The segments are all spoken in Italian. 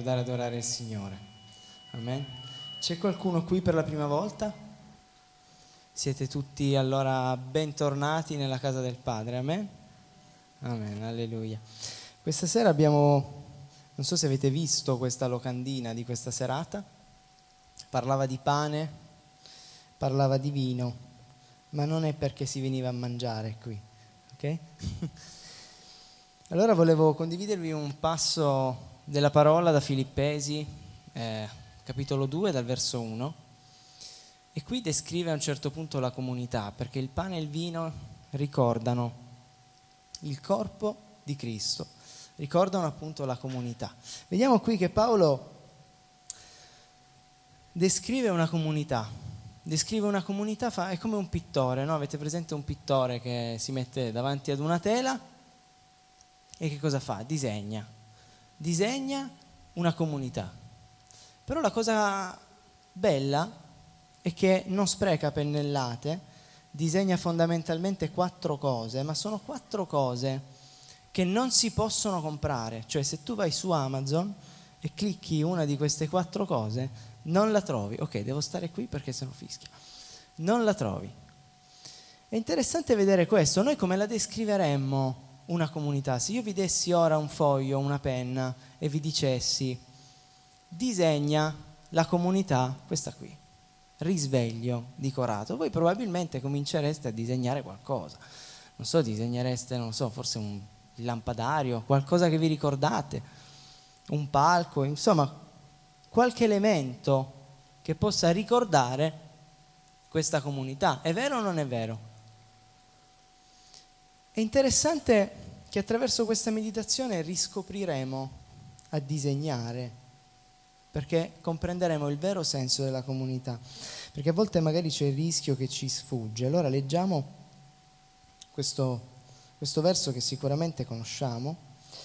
andare ad adorare il Signore. Amen. C'è qualcuno qui per la prima volta? Siete tutti allora bentornati nella casa del Padre. Amen. Amen, alleluia. Questa sera abbiamo, non so se avete visto questa locandina di questa serata, parlava di pane, parlava di vino, ma non è perché si veniva a mangiare qui, ok? Allora volevo condividervi un passo della parola da Filippesi, capitolo 2, dal verso 1, e qui descrive a un certo punto la comunità, perché il pane e il vino ricordano il corpo di Cristo, ricordano appunto la comunità. Vediamo qui che Paolo descrive una comunità, è come un pittore, no? Avete presente un pittore che si mette davanti ad una tela e che cosa fa? Disegna una comunità. Però la cosa bella è che non spreca pennellate, disegna fondamentalmente 4 cose, ma sono 4 cose che non si possono comprare. Cioè, se tu vai su Amazon e clicchi una di queste 4 cose, non la trovi. Ok, devo stare qui perché sennò fischia. Non la trovi. È interessante vedere questo. Noi come la descriveremmo una comunità? Se io vi dessi ora un foglio, una penna e vi dicessi disegna la comunità, questa qui, Risveglio di Corato, voi probabilmente comincereste a disegnare qualcosa. Non so, disegnereste, non so, forse un lampadario, qualcosa che vi ricordate, un palco, insomma, qualche elemento che possa ricordare questa comunità. È vero o non è vero? È interessante che attraverso questa meditazione riscopriremo a disegnare, perché comprenderemo il vero senso della comunità, perché a volte magari c'è il rischio che ci sfugge. Allora leggiamo questo verso che sicuramente conosciamo.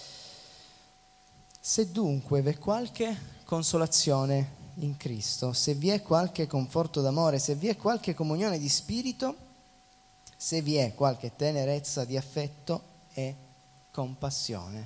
Se dunque v'è qualche consolazione in Cristo, se vi è qualche conforto d'amore, se vi è qualche comunione di spirito, se vi è qualche tenerezza di affetto e compassione.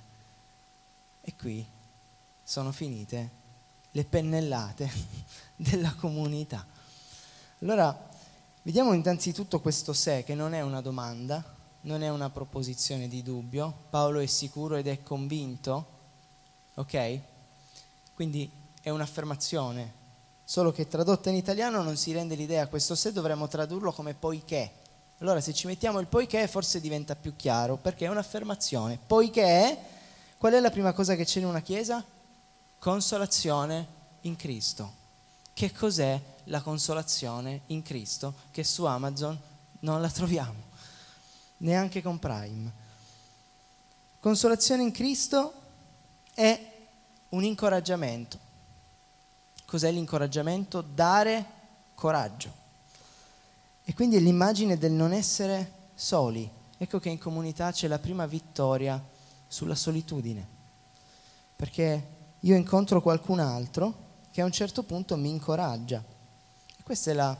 E qui sono finite le pennellate della comunità. Allora, vediamo innanzitutto questo se, che non è una domanda, non è una proposizione di dubbio. Paolo è sicuro ed è convinto, ok? Quindi è un'affermazione, solo che tradotta in italiano non si rende l'idea. Questo se dovremmo tradurlo come poiché. Allora se ci mettiamo il poiché forse diventa più chiaro, perché è un'affermazione. Poiché, qual è la prima cosa che c'è in una chiesa? Consolazione in Cristo. Che cos'è la consolazione in Cristo? Che su Amazon non la troviamo, neanche con Prime. Consolazione in Cristo è un incoraggiamento. Cos'è l'incoraggiamento? Dare coraggio. E quindi è l'immagine del non essere soli. Ecco che in comunità c'è la prima vittoria sulla solitudine, perché io incontro qualcun altro che a un certo punto mi incoraggia. E questo è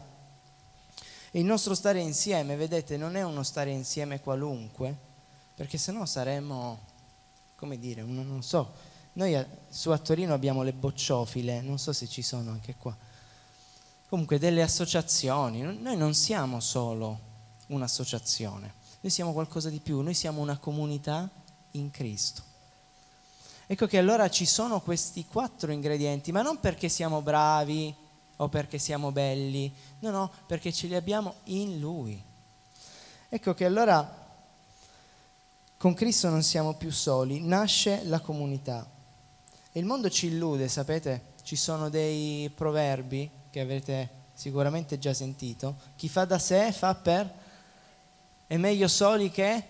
il nostro stare insieme, vedete, non è uno stare insieme qualunque, perché sennò saremmo, come dire, non so, noi su a Torino abbiamo le bocciofile, non so se ci sono anche qua. Comunque delle associazioni. Noi non siamo solo un'associazione, noi siamo qualcosa di più, noi siamo una comunità in Cristo. Ecco che allora ci sono questi 4 ingredienti, ma non perché siamo bravi o perché siamo belli, no, perché ce li abbiamo in Lui. Ecco che allora con Cristo non siamo più soli, nasce la comunità. E il mondo ci illude, sapete, ci sono dei proverbi che avete sicuramente già sentito. Chi fa da sé fa per, è meglio soli che,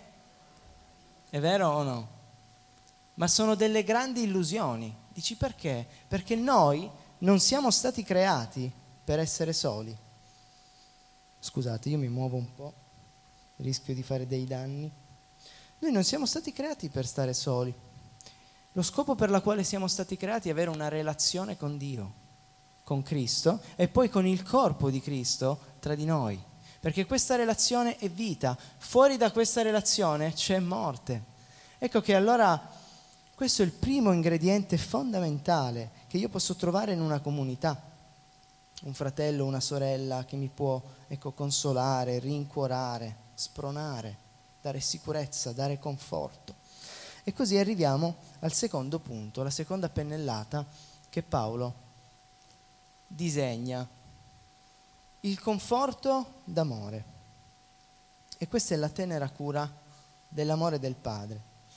è vero o no? Ma sono delle grandi illusioni. Dici perché? Perché noi non siamo stati creati per essere soli. Scusate, io mi muovo un po', rischio di fare dei danni. Noi non siamo stati creati per stare soli. Lo scopo per la quale siamo stati creati è avere una relazione con Dio, con Cristo e poi con il corpo di Cristo tra di noi, perché questa relazione è vita. Fuori da questa relazione c'è morte. Ecco che allora Questo è il primo ingrediente fondamentale che io posso trovare in una comunità. Un fratello, una sorella che mi può, consolare, rincuorare, spronare, dare sicurezza, dare conforto. E così arriviamo al secondo punto, la seconda pennellata che Paolo disegna. Il conforto d'amore. E questa è la tenera cura dell'amore del Padre.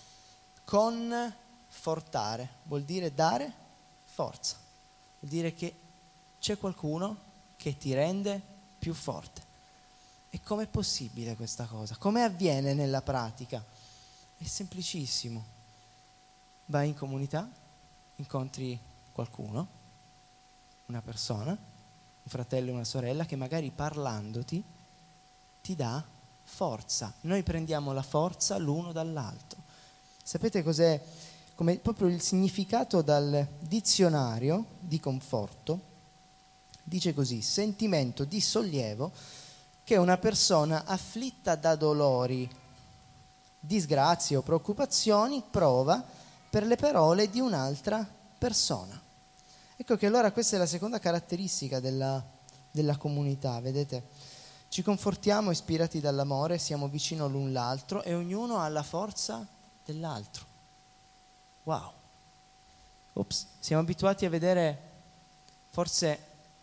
Confortare vuol dire dare forza, vuol dire che c'è qualcuno che ti rende più forte. E com'è possibile questa cosa? Come avviene nella pratica? È semplicissimo. Vai in comunità, incontri qualcuno, una persona, un fratello e una sorella che magari parlandoti ti dà forza. Noi prendiamo la forza l'uno dall'altro. Sapete cos'è? Come proprio il significato dal dizionario di conforto dice così: sentimento di sollievo che una persona afflitta da dolori, disgrazie o preoccupazioni prova per le parole di un'altra persona. Ecco che allora questa è la seconda caratteristica della comunità, vedete? Ci confortiamo ispirati dall'amore, siamo vicino l'un l'altro e ognuno ha la forza dell'altro. Wow! Ops, siamo abituati a vedere, forse,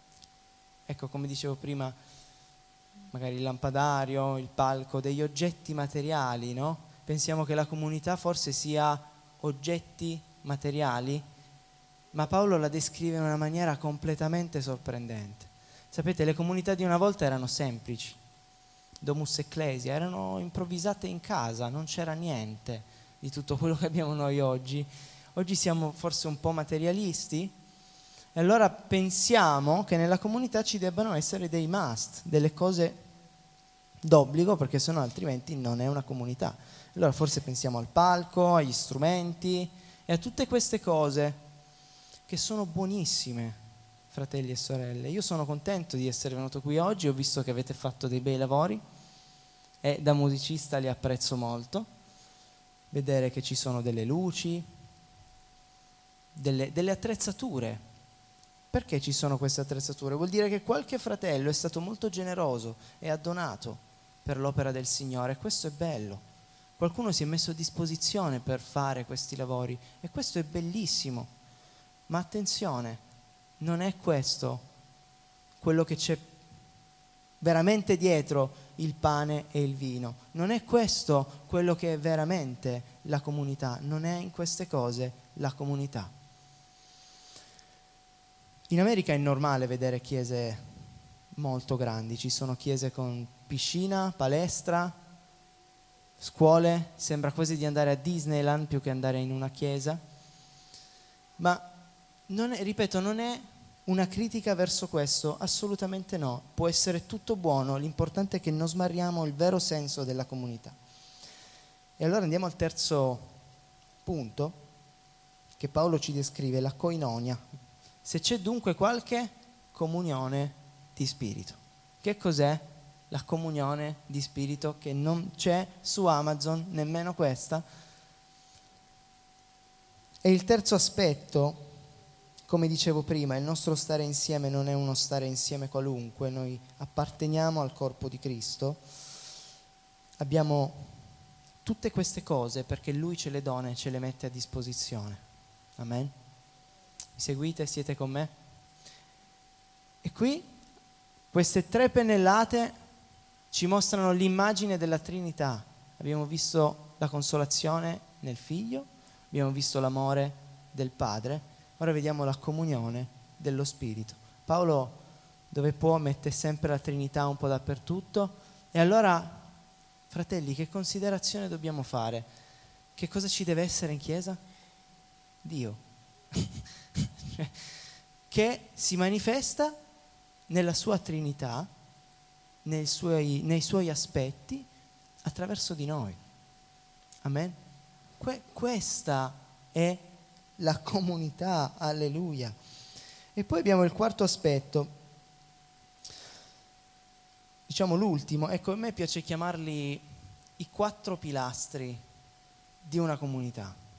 come dicevo prima, magari il lampadario, il palco, degli oggetti materiali, no? Pensiamo che la comunità forse sia oggetti materiali, ma Paolo la descrive in una maniera completamente sorprendente. Sapete, le comunità di una volta erano semplici, domus ecclesia, erano improvvisate in casa, non c'era niente di tutto quello che abbiamo noi oggi. Oggi siamo forse un po' materialisti e allora pensiamo che nella comunità ci debbano essere dei must, delle cose d'obbligo, perché sennò altrimenti non è una comunità. Allora forse pensiamo al palco, agli strumenti e a tutte queste cose che sono buonissime, fratelli e sorelle. Io sono contento di essere venuto qui oggi, ho visto che avete fatto dei bei lavori e da musicista li apprezzo molto. Vedere che ci sono delle luci, delle attrezzature. Perché ci sono queste attrezzature? Vuol dire che qualche fratello è stato molto generoso e ha donato per l'opera del Signore, e questo è bello. Qualcuno si è messo a disposizione per fare questi lavori e questo è bellissimo. Ma attenzione, non è questo quello che c'è veramente dietro il pane e il vino. Non è questo quello che è veramente la comunità. Non è in queste cose la comunità. In America è normale vedere chiese molto grandi. Ci sono chiese con piscina, palestra, scuole. Sembra quasi di andare a Disneyland più che andare in una chiesa. Ma ripeto, non è una critica verso questo, assolutamente no. Può essere tutto buono, l'importante è che non smarriamo il vero senso della comunità. E allora andiamo al terzo punto che Paolo ci descrive, la koinonia. Se c'è dunque qualche comunione di spirito. Che cos'è la comunione di spirito che non c'è su Amazon, nemmeno questa? E il terzo aspetto, come dicevo prima, il nostro stare insieme non è uno stare insieme qualunque, noi apparteniamo al corpo di Cristo, abbiamo tutte queste cose perché Lui ce le dona e ce le mette a disposizione. Amen? Mi seguite? Siete con me? E qui queste 3 pennellate ci mostrano l'immagine della Trinità. Abbiamo visto la consolazione nel Figlio, abbiamo visto l'amore del Padre. Ora vediamo la comunione dello Spirito. Paolo, dove può, mette sempre la Trinità un po' dappertutto. E allora, fratelli, che considerazione dobbiamo fare? Che cosa ci deve essere in chiesa? Dio. Che si manifesta nella sua Trinità, nei suoi aspetti, attraverso di noi. Amen? Questa è la comunità, alleluia. E poi abbiamo il quarto aspetto, diciamo l'ultimo. Ecco, a me piace chiamarli i 4 pilastri di una comunità.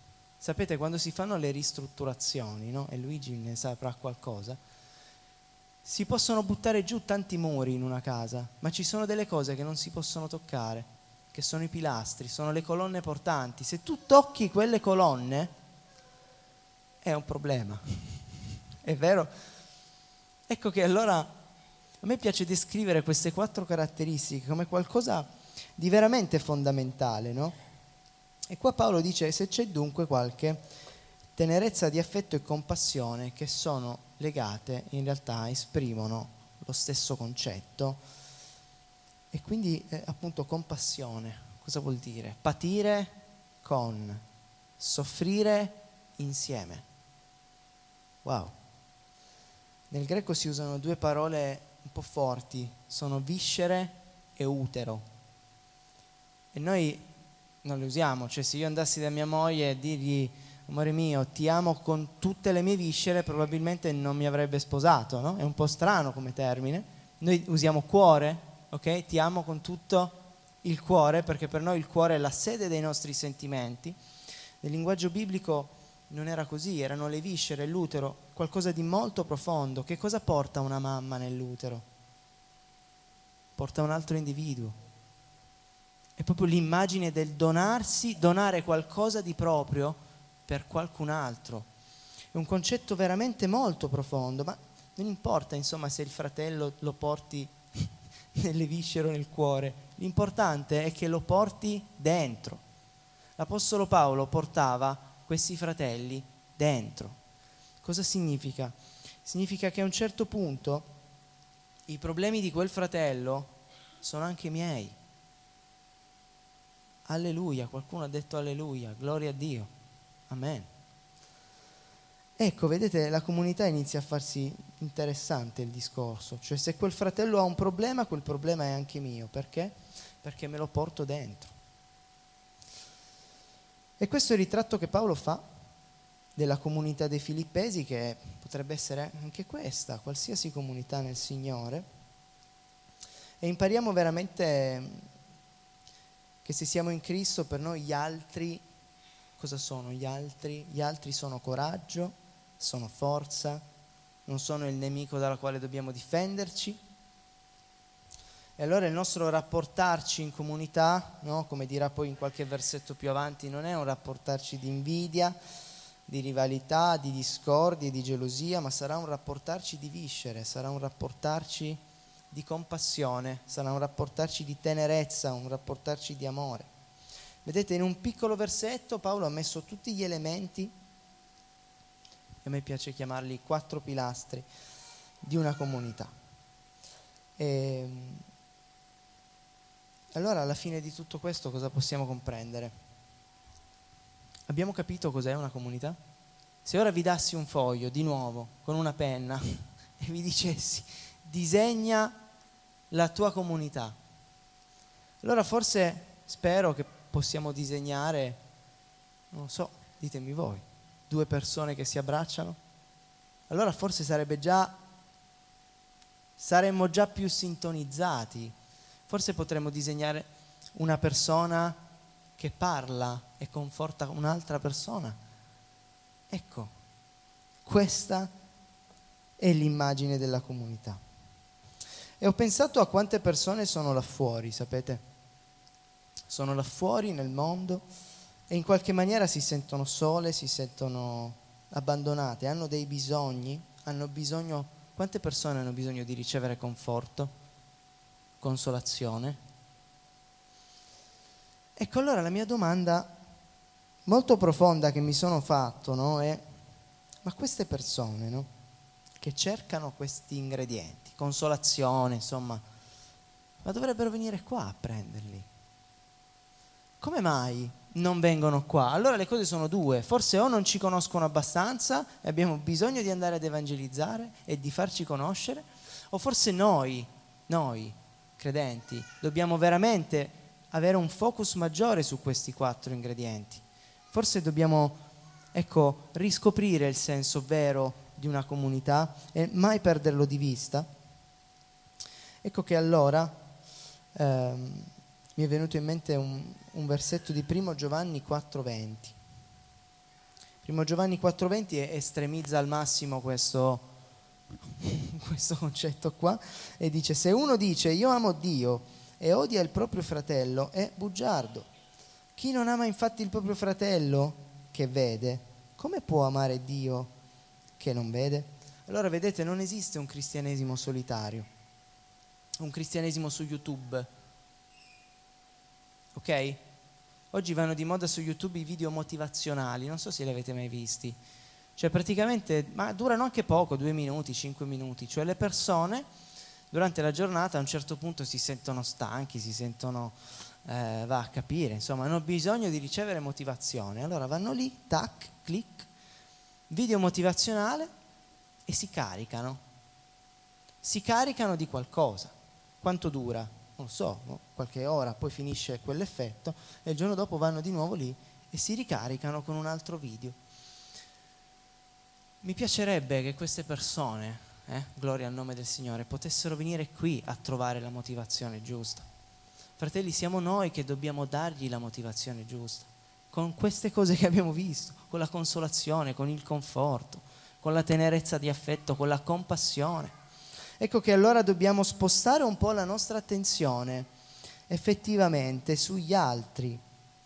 sapete, quando si fanno le ristrutturazioni, no? E Luigi ne saprà qualcosa, si possono buttare giù tanti muri in una casa, ma ci sono delle cose che non si possono toccare, che sono i pilastri, sono le colonne portanti. Se tu tocchi quelle colonne, è un problema. È vero? Ecco che allora a me piace descrivere queste 4 caratteristiche come qualcosa di veramente fondamentale, no? E qua Paolo dice: se c'è dunque qualche tenerezza di affetto e compassione, che sono legate, in realtà esprimono lo stesso concetto. E quindi appunto compassione, cosa vuol dire? Patire con, soffrire insieme. Wow. Nel greco si usano 2 parole un po' forti, sono viscere e utero. E noi non le usiamo, cioè se io andassi da mia moglie e dirgli: amore mio, ti amo con tutte le mie viscere, probabilmente non mi avrebbe sposato, no? È un po' strano come termine. Noi usiamo cuore, ok? Ti amo con tutto il cuore, perché per noi il cuore è la sede dei nostri sentimenti. Nel linguaggio biblico non era così, erano le viscere, l'utero, qualcosa di molto profondo. Che cosa porta una mamma nell'utero? Porta un altro individuo. È proprio l'immagine del donarsi, donare qualcosa di proprio per qualcun altro. È un concetto veramente molto profondo, ma non importa insomma se il fratello lo porti nelle viscere o nel cuore, l'importante è che lo porti dentro. L'Apostolo Paolo portava questi fratelli dentro. Cosa significa? Significa che a un certo punto i problemi di quel fratello sono anche miei. Alleluia, qualcuno ha detto alleluia, gloria a Dio, amen. Ecco, vedete, la comunità inizia a farsi interessante il discorso, cioè se quel fratello ha un problema, quel problema è anche mio. Perché? Perché me lo porto dentro. E questo è il ritratto che Paolo fa della comunità dei Filippesi, che potrebbe essere anche questa, qualsiasi comunità nel Signore. E impariamo veramente che se siamo in Cristo, per noi gli altri, cosa sono gli altri? Gli altri sono coraggio, sono forza, non sono il nemico dalla quale dobbiamo difenderci. E allora il nostro rapportarci in comunità, no? Come dirà poi in qualche versetto più avanti, non è un rapportarci di invidia, di rivalità, di discordia, di gelosia, ma sarà un rapportarci di viscere, sarà un rapportarci di compassione, sarà un rapportarci di tenerezza, un rapportarci di amore. Vedete, in un piccolo versetto Paolo ha messo tutti gli elementi, a me piace chiamarli 4 pilastri di una comunità. E allora alla fine di tutto questo cosa possiamo comprendere? Abbiamo capito cos'è una comunità? Se ora vi dassi un foglio di nuovo con una penna e vi dicessi: disegna la tua comunità, allora forse spero che possiamo disegnare, non so, ditemi voi, 2 persone che si abbracciano. Allora forse saremmo già più sintonizzati. Forse potremmo disegnare una persona che parla e conforta un'altra persona. Ecco, questa è l'immagine della comunità. E ho pensato a quante persone sono là fuori, sapete? Sono là fuori nel mondo e in qualche maniera si sentono sole, si sentono abbandonate, hanno dei bisogni, hanno bisogno. Quante persone hanno bisogno di ricevere conforto, consolazione? Ecco, allora la mia domanda molto profonda che mi sono fatto, no, è: ma queste persone, no, che cercano questi ingredienti, consolazione, insomma, ma dovrebbero venire qua a prenderli? Come mai non vengono qua? Allora le cose sono 2: forse o non ci conoscono abbastanza e abbiamo bisogno di andare ad evangelizzare e di farci conoscere, o forse noi credenti dobbiamo veramente avere un focus maggiore su questi 4 ingredienti. Forse dobbiamo, ecco, riscoprire il senso vero di una comunità e mai perderlo di vista. Ecco che allora mi è venuto in mente un versetto di 1 Giovanni 4,20, Primo Giovanni 4,20 estremizza al massimo questo concetto qua e dice: se uno dice io amo Dio e odia il proprio fratello è bugiardo. Chi non ama infatti il proprio fratello che vede, come può amare Dio che non vede? Allora vedete, non esiste un cristianesimo solitario, un cristianesimo su YouTube, ok? Oggi vanno di moda su YouTube i video motivazionali, non so se li avete mai visti. Cioè praticamente, ma durano anche poco, 2 minuti, 5 minuti. Cioè le persone durante la giornata a un certo punto si sentono stanchi, si sentono, va a capire, insomma, hanno bisogno di ricevere motivazione. Allora vanno lì, tac, clic, video motivazionale e si caricano di qualcosa. Quanto dura? Non so, no? Qualche ora, poi finisce quell'effetto e il giorno dopo vanno di nuovo lì e si ricaricano con un altro video. Mi piacerebbe che queste persone, gloria al nome del Signore, potessero venire qui a trovare la motivazione giusta. Fratelli, siamo noi che dobbiamo dargli la motivazione giusta, con queste cose che abbiamo visto, con la consolazione, con il conforto, con la tenerezza di affetto, con la compassione. Ecco che allora dobbiamo spostare un po' la nostra attenzione effettivamente sugli altri.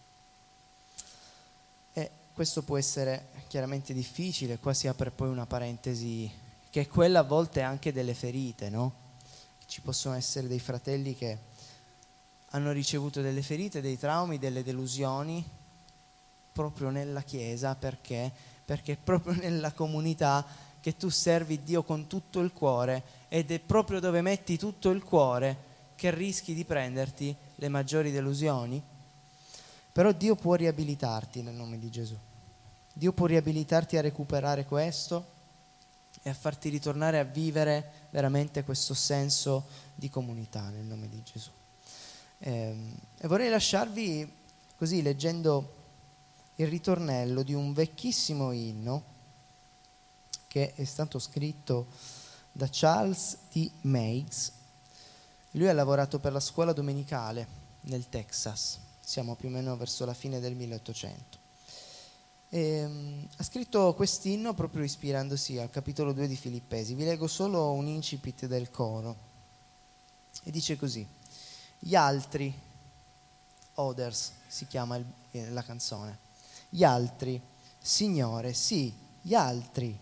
E questo può essere chiaramente difficile, qua si apre poi una parentesi che è quella a volte anche delle ferite, no? Ci possono essere dei fratelli che hanno ricevuto delle ferite, dei traumi, delle delusioni proprio nella Chiesa, perché è proprio nella comunità che tu servi Dio con tutto il cuore ed è proprio dove metti tutto il cuore che rischi di prenderti le maggiori delusioni. Però Dio può riabilitarti nel nome di Gesù. Dio può riabilitarti a recuperare questo e a farti ritornare a vivere veramente questo senso di comunità nel nome di Gesù. E vorrei lasciarvi così leggendo il ritornello di un vecchissimo inno che è stato scritto da Charles T. Meigs. Lui ha lavorato per la scuola domenicale nel Texas, siamo più o meno verso la fine del 1800. Ha scritto quest'inno proprio ispirandosi al capitolo 2 di Filippesi. Vi leggo solo un incipit del coro e dice così: gli altri, others si chiama la canzone, gli altri, Signore, sì, gli altri.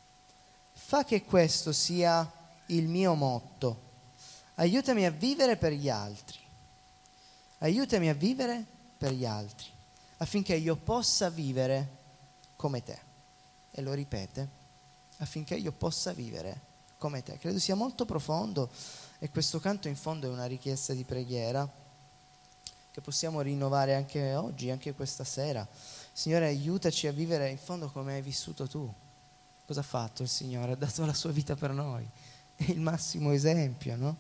Fa che questo sia il mio motto. Aiutami a vivere per gli altri. Aiutami a vivere per gli altri, affinché io possa vivere come te. E lo ripete, affinché io possa vivere come te. Credo sia molto profondo e questo canto in fondo è una richiesta di preghiera che possiamo rinnovare anche oggi, anche questa sera. Signore, aiutaci a vivere in fondo come hai vissuto tu. Cosa ha fatto il Signore? Ha dato la sua vita per noi. È il massimo esempio, no?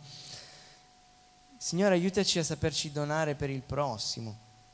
Signore, aiutaci a saperci donare per il prossimo.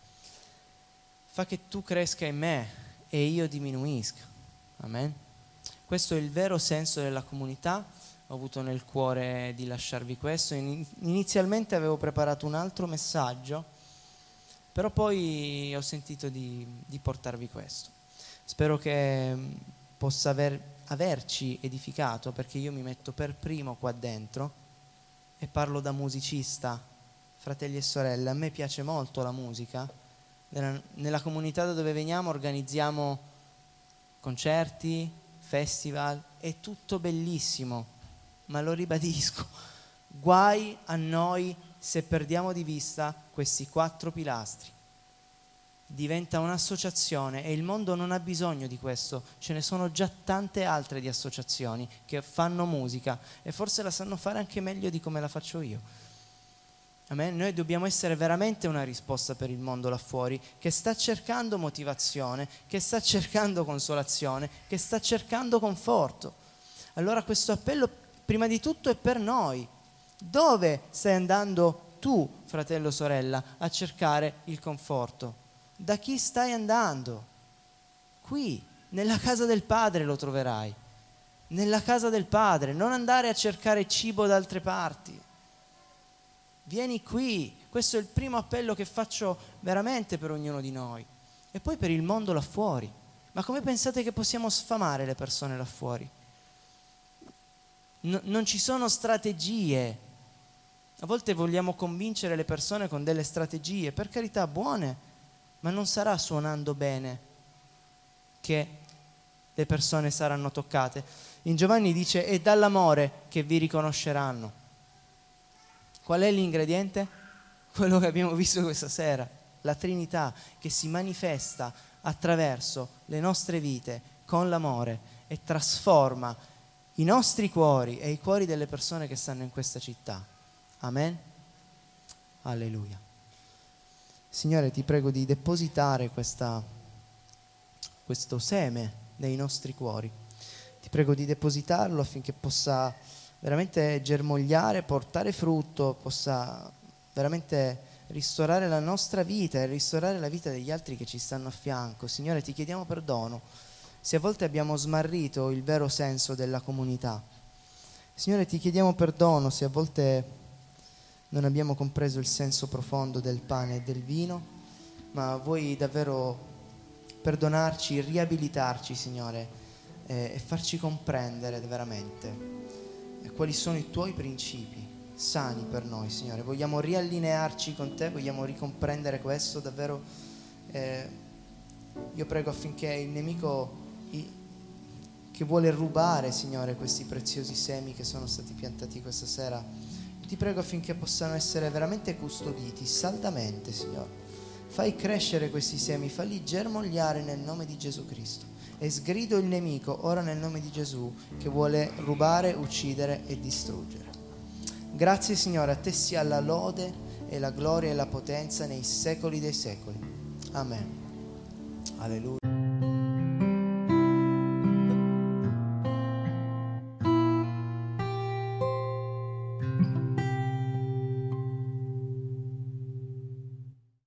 Fa che tu cresca in me e io diminuisca. Amen. Questo è il vero senso della comunità. Ho avuto nel cuore di lasciarvi questo. Inizialmente avevo preparato un altro messaggio, però poi ho sentito di portarvi questo. Spero che possa averci edificato, perché io mi metto per primo qua dentro e parlo da musicista, fratelli e sorelle. A me piace molto la musica. Nella comunità da dove veniamo organizziamo concerti, festival, è tutto bellissimo, ma lo ribadisco, guai a noi se perdiamo di vista questi 4 pilastri. Diventa un'associazione e il mondo non ha bisogno di questo. Ce ne sono già tante altre di associazioni che fanno musica e forse la sanno fare anche meglio di come la faccio io. Amen. Noi dobbiamo essere veramente una risposta per il mondo là fuori, che sta cercando motivazione, che sta cercando consolazione, che sta cercando conforto. Allora questo appello prima di tutto è per noi. Dove stai andando tu, fratello o sorella, a cercare il conforto? Da chi stai andando? Qui, nella casa del Padre lo troverai. Nella casa del Padre, non andare a cercare cibo da altre parti. Vieni qui, questo è il primo appello che faccio veramente per ognuno di noi. E poi per il mondo là fuori, Ma come pensate che possiamo sfamare le persone là fuori? Non ci sono strategie. A volte vogliamo convincere le persone con delle strategie, per carità, buone, ma non sarà suonando bene che le persone saranno toccate. In Giovanni dice: è dall'amore che vi riconosceranno. Qual è l'ingrediente? Quello che abbiamo visto questa sera, la Trinità che si manifesta attraverso le nostre vite con l'amore e trasforma i nostri cuori e i cuori delle persone che stanno in questa città. Amen. Alleluia. Signore, ti prego di depositare questo seme nei nostri cuori. Ti prego di depositarlo affinché possa veramente germogliare, portare frutto, possa veramente ristorare la nostra vita e ristorare la vita degli altri che ci stanno a fianco. Signore, ti chiediamo perdono se a volte abbiamo smarrito il vero senso della comunità. Signore, ti chiediamo perdono se a volte non abbiamo compreso il senso profondo del pane e del vino, ma vuoi davvero perdonarci, riabilitarci, Signore, e farci comprendere veramente quali sono i tuoi principi sani per noi, Signore. Vogliamo riallinearci con te, vogliamo ricomprendere questo davvero. Io prego affinché il nemico che vuole rubare, Signore, questi preziosi semi che sono stati piantati questa sera, ti prego affinché possano essere veramente custoditi saldamente, Signore. Fai crescere questi semi, falli germogliare nel nome di Gesù Cristo, e sgrido il nemico ora nel nome di Gesù che vuole rubare, uccidere e distruggere. Grazie, Signore, a te sia la lode e la gloria e la potenza nei secoli dei secoli. Amen. Alleluia.